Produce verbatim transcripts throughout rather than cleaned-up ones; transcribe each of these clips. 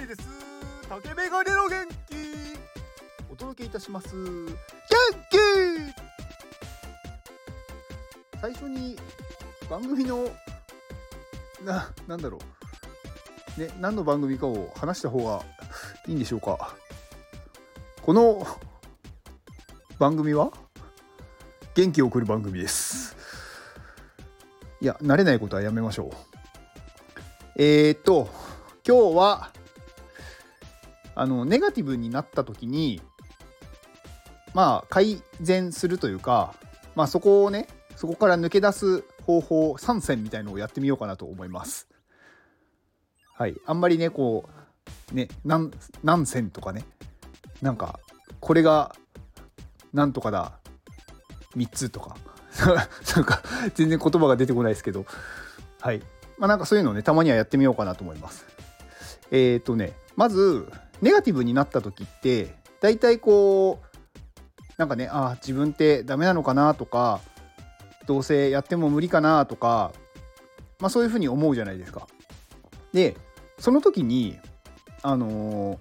です。竹メガネの元気お届けいたします。元気最初に番組のな、なんだろうね、何の番組かを話した方がいいんでしょうか。この番組は元気を送る番組です。いや、慣れないことはやめましょう。えーっと今日はあのネガティブになった時にまあ改善するというか、まあそこをねそこから抜け出す方法さん選みたいのをやってみようかなと思います。はい、あんまりねこうね何何選とかね、なんかこれがなんとかだみっつとかなんか全然言葉が出てこないですけど、はい、まあなんかそういうのをねたまにはやってみようかなと思います。えーとねまずネガティブになった時ってだいたいこうなんかねあ自分ってダメなのかなとか、どうせやっても無理かなとか、まあそういうふうに思うじゃないですか。でその時にあのー、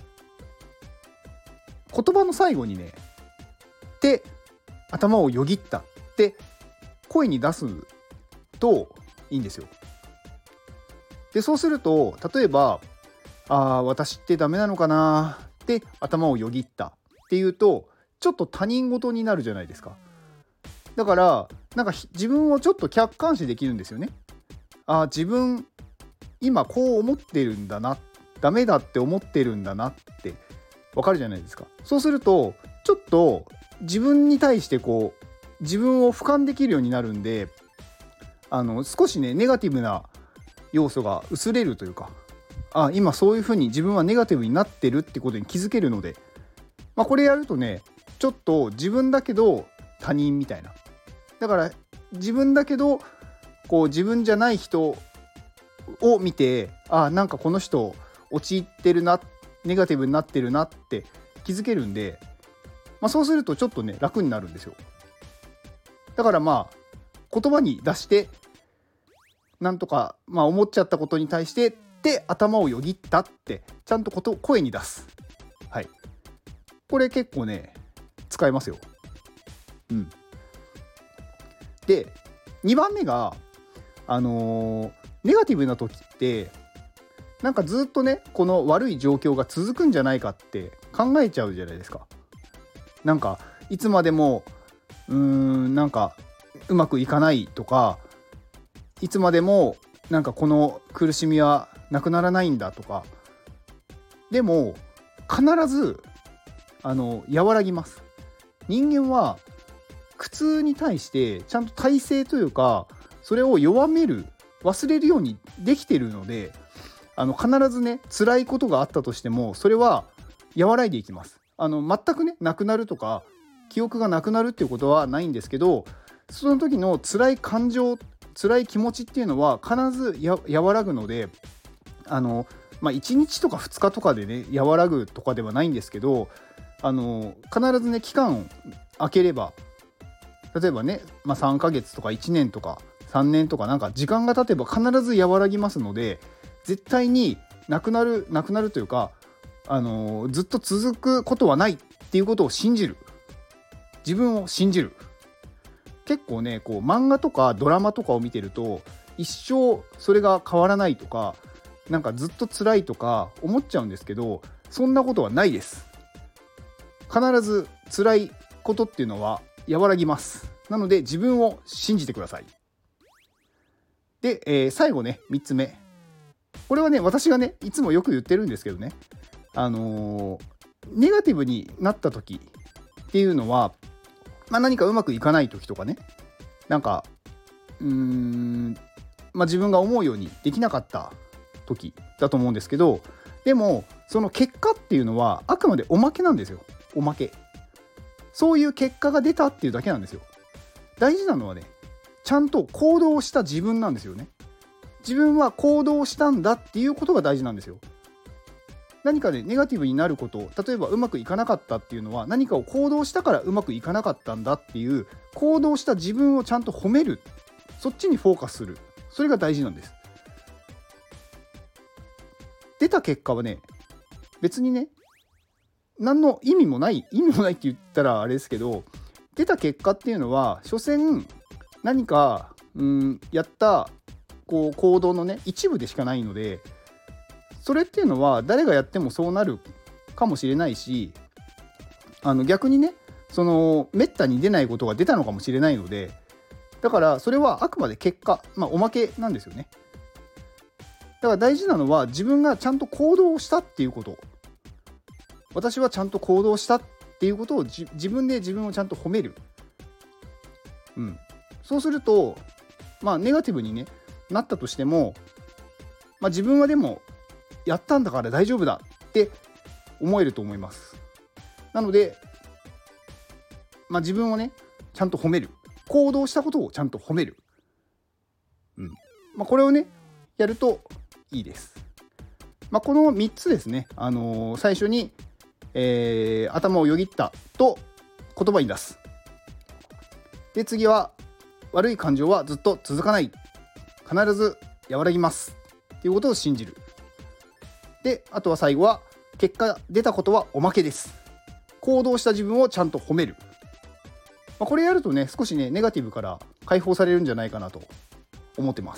言葉の最後にねで頭をよぎったって声に出すといいんですよ。でそうすると例えばあ私ってダメなのかなって頭をよぎったっていうとちょっと他人事になるじゃないですか。だからなんか自分をちょっと客観視できるんですよね。あ自分今こう思ってるんだな、ダメだって思ってるんだなってわかるじゃないですか。そうするとちょっと自分に対してこう自分を俯瞰できるようになるんで、あの少しねネガティブな要素が薄れるというか、あ今そういうふうに自分はネガティブになってるってことに気づけるので、まあ、これやるとねちょっと自分だけど他人みたいな、だから自分だけどこう自分じゃない人を見てあなんかこの人陥ってるな、ネガティブになってるなって気づけるんで、まあ、そうするとちょっとね楽になるんですよ。だからまあ言葉に出してなんとか、まあ、思っちゃったことに対してで頭をよぎったってちゃんとこと声に出す。はい、これ結構ね使えますよ。うん。でにばんめがあのー、ネガティブな時ってなんかずっとねこの悪い状況が続くんじゃないかって考えちゃうじゃないですか。なんかいつまでもうーんなんかうまくいかないとか、いつまでもなんかこの苦しみはなくならないんだとか。でも必ずあの和らぎます。人間は苦痛に対してちゃんと耐性というかそれを弱める忘れるようにできているので、あの必ずね辛いことがあったとしてもそれは和らいでいきます。あの全くねなくなるとか記憶がなくなるっていうことはないんですけど、その時の辛い感情辛い気持ちっていうのは必ずや和らぐので、あの、まあ、いちにちとかふつかとかでね和らぐとかではないんですけど、あの必ずね期間を空ければ例えばね、まあ、さんかげつとかいちねんとかさんねんとかなんか時間が経てば必ず和らぎますので、絶対になくなるなくなるというか、あのずっと続くことはないっていうことを信じる、自分を信じる。結構ねこう漫画とかドラマとかを見てると一生それが変わらないとかなんかずっと辛いとか思っちゃうんですけど、そんなことはないです。必ず辛いことっていうのは和らぎます。なので自分を信じてください。で、えー、最後ねみっつめ、これはね私がねいつもよく言ってるんですけどね、あのー、ネガティブになった時っていうのはまあ、何かうまくいかない時とかね、なんかうーん、まあ、自分が思うようにできなかった時だと思うんですけど、でもその結果っていうのはあくまでおまけなんですよ。おまけ。そういう結果が出たっていうだけなんですよ。大事なのはねちゃんと行動した自分なんですよね。自分は行動したんだっていうことが大事なんですよ。何かでネガティブになること、例えばうまくいかなかったっていうのは何かを行動したからうまくいかなかったんだっていう行動した自分をちゃんと褒める、そっちにフォーカスする、それが大事なんです。出た結果はね別にね何の意味もない意味もないって言ったらあれですけど、出た結果っていうのは所詮何かうんやったこう行動のね一部でしかないので、それっていうのは誰がやってもそうなるかもしれないし、あの逆にねそのめったに出ないことが出たのかもしれないので、だからそれはあくまで結果、まあおまけなんですよね。だから大事なのは自分がちゃんと行動をしたっていうこと。私はちゃんと行動したっていうことをじ自分で自分をちゃんと褒める。うん。そうすると、まあネガティブに、ね、なったとしても、まあ自分はでもやったんだから大丈夫だって思えると思います。なので、まあ自分をね、ちゃんと褒める。行動したことをちゃんと褒める。うん。まあこれをね、やるといいです。まあこのみっつですね。あのー、最初に、えー、頭をよぎったと言葉に出す。で次は悪い感情はずっと続かない。必ず和らぎますっていうことを信じる。であとは最後は結果出たことはおまけです。行動した自分をちゃんと褒める。まあ、これやるとね少しねネガティブから解放されるんじゃないかなと思ってます。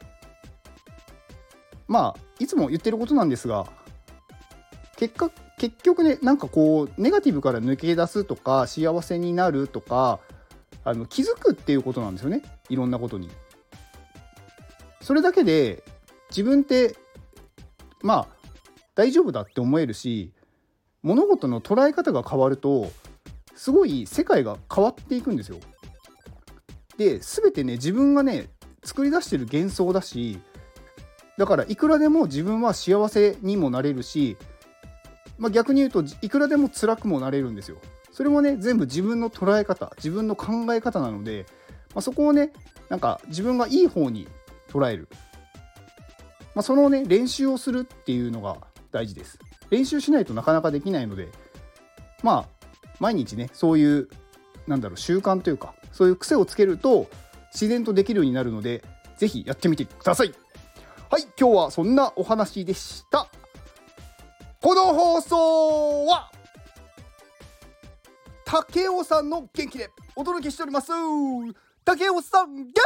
まあいつも言ってることなんですが、結果結局ねなんかこうネガティブから抜け出すとか幸せになるとかあの気づくっていうことなんですよね。いろんなことに。それだけで自分ってまあ大丈夫だって思えるし、物事の捉え方が変わるとすごい世界が変わっていくんですよ。で全てね自分がね作り出してる幻想だし、だからいくらでも自分は幸せにもなれるし、まあ、逆に言うといくらでも辛くもなれるんですよ。それもね全部自分の捉え方、自分の考え方なので、まあ、そこをねなんか自分がいい方に捉える、まあ、そのね練習をするっていうのが大事です。練習しないとなかなかできないので、まあ毎日ねそういうなんだろう習慣というかそういう癖をつけると自然とできるようになるので、ぜひやってみてください。はい、今日はそんなお話でした。この放送は竹雄さんの元気でお届けしております。竹雄さん元気。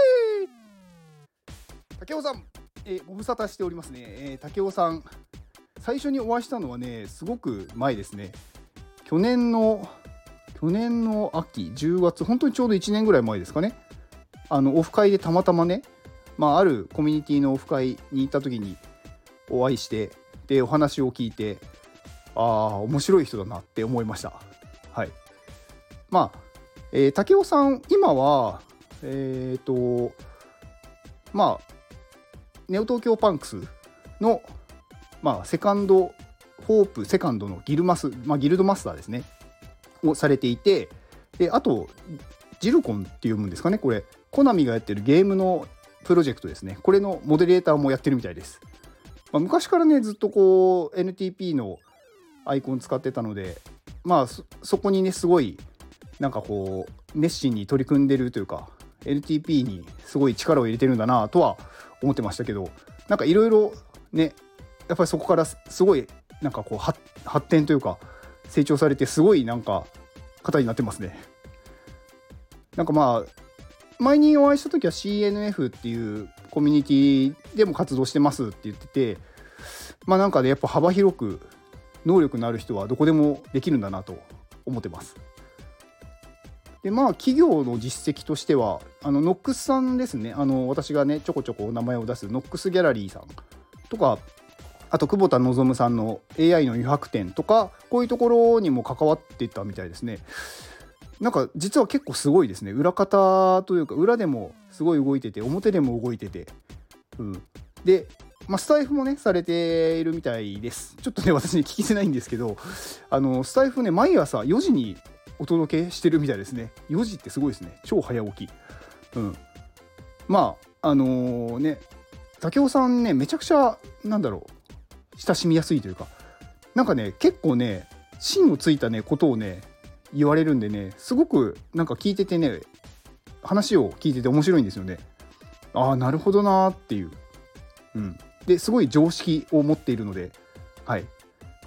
竹雄さん、えー、ご無沙汰しておりますね。えー、竹雄さん最初にお会いしたのはねすごく前ですね。去年の去年の秋じゅうがつ、本当にちょうどいちねんぐらい前ですかね。あのオフ会でたまたまね、まあ、あるコミュニティのオフ会に行った時にお会いして、でお話を聞いて、ああ面白い人だなって思いました。はい。まあ、えー、竹雄さん今はえっ、ー、とまあネオ東京パンクスのまあセカンドホープセカンドのギルマス、まあ、ギルドマスターですねをされていて、であとジルコンっていうんですかね、これコナミがやってるゲームのプロジェクトですね、これのモデレーターもやってるみたいです。まあ、昔からねずっとこう エヌティーピー のアイコン使ってたので、まあ そ, そこにねすごいなんかこう熱心に取り組んでるというか エヌティーピー にすごい力を入れてるんだなとは思ってましたけど、なんかいろいろねやっぱりそこからすごいなんかこう発展というか成長されてすごいなんか方になってますね。なんかまあ前にお会いした時は シーエヌエフ っていうコミュニティでも活動してますって言ってて、まあなんかねやっぱ幅広く能力のある人はどこでもできるんだなと思ってます。でまあ企業の実績としてはあのノックスさんですね、あの私がねちょこちょこお名前を出すノックスギャラリーさんとか、あと久保田望さんの エーアイ の余白展とか、こういうところにも関わっていったみたいですね。なんか実は結構すごいですね。裏方というか裏でもすごい動いてて表でも動いてて、うん、で、まあ、スタイフもねされているみたいです。ちょっとね私に聞きせないんですけど、あのスタイフね毎朝よじにお届けしてるみたいですね。よじってすごいですね。超早起き。うん。まああのー、ね竹雄さんねめちゃくちゃなんだろう親しみやすいというか、なんかね結構ね芯をついたねことをね言われるんでね、すごくなんか聞いててね話を聞いてて面白いんですよね。ああなるほどなーっていう、うん、ですごい常識を持っているので、はい、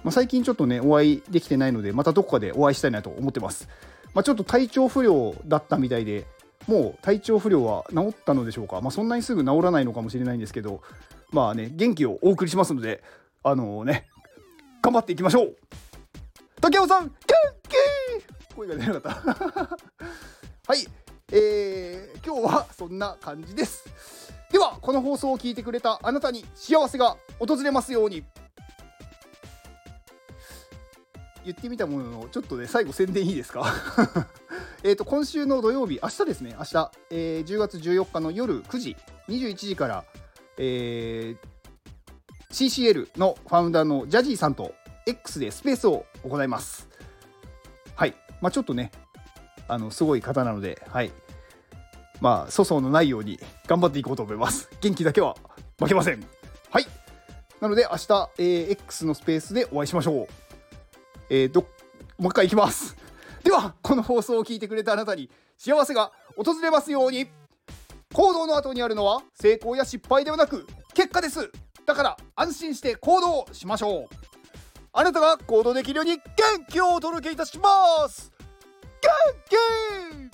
まあ、最近ちょっとねお会いできてないので、またどこかでお会いしたいなと思ってます。まあ、ちょっと体調不良だったみたいで、もう体調不良は治ったのでしょうか。まあ、そんなにすぐ治らないのかもしれないんですけど、まあね、元気をお送りしますので、あのー、ね頑張っていきましょう。竹山さん元気、声が出なかったはい、えー、今日はそんな感じです。ではこの放送を聞いてくれたあなたに幸せが訪れますように。言ってみたものの、ちょっとね最後宣伝いいですかえと今週の土曜日、明日ですね、明日、えー、じゅうがつじゅうよっかの夜くじ、にじゅういちじから、えー、シーシーエル のファウンダーのジャジーさんと X でスペースを行います。はい、まあ、ちょっとねあのすごい方なので、はい、まあ粗相のないように頑張っていこうと思います。元気だけは負けません。はい、なので明日、えー、X のスペースでお会いしましょう。えー、どもう一回いきます。ではこの放送を聞いてくれたあなたに幸せが訪れますように。行動の後にあるのは成功や失敗ではなく結果です。だから安心して行動しましょう。あなたが行動できるように元気をお届けいたします。元気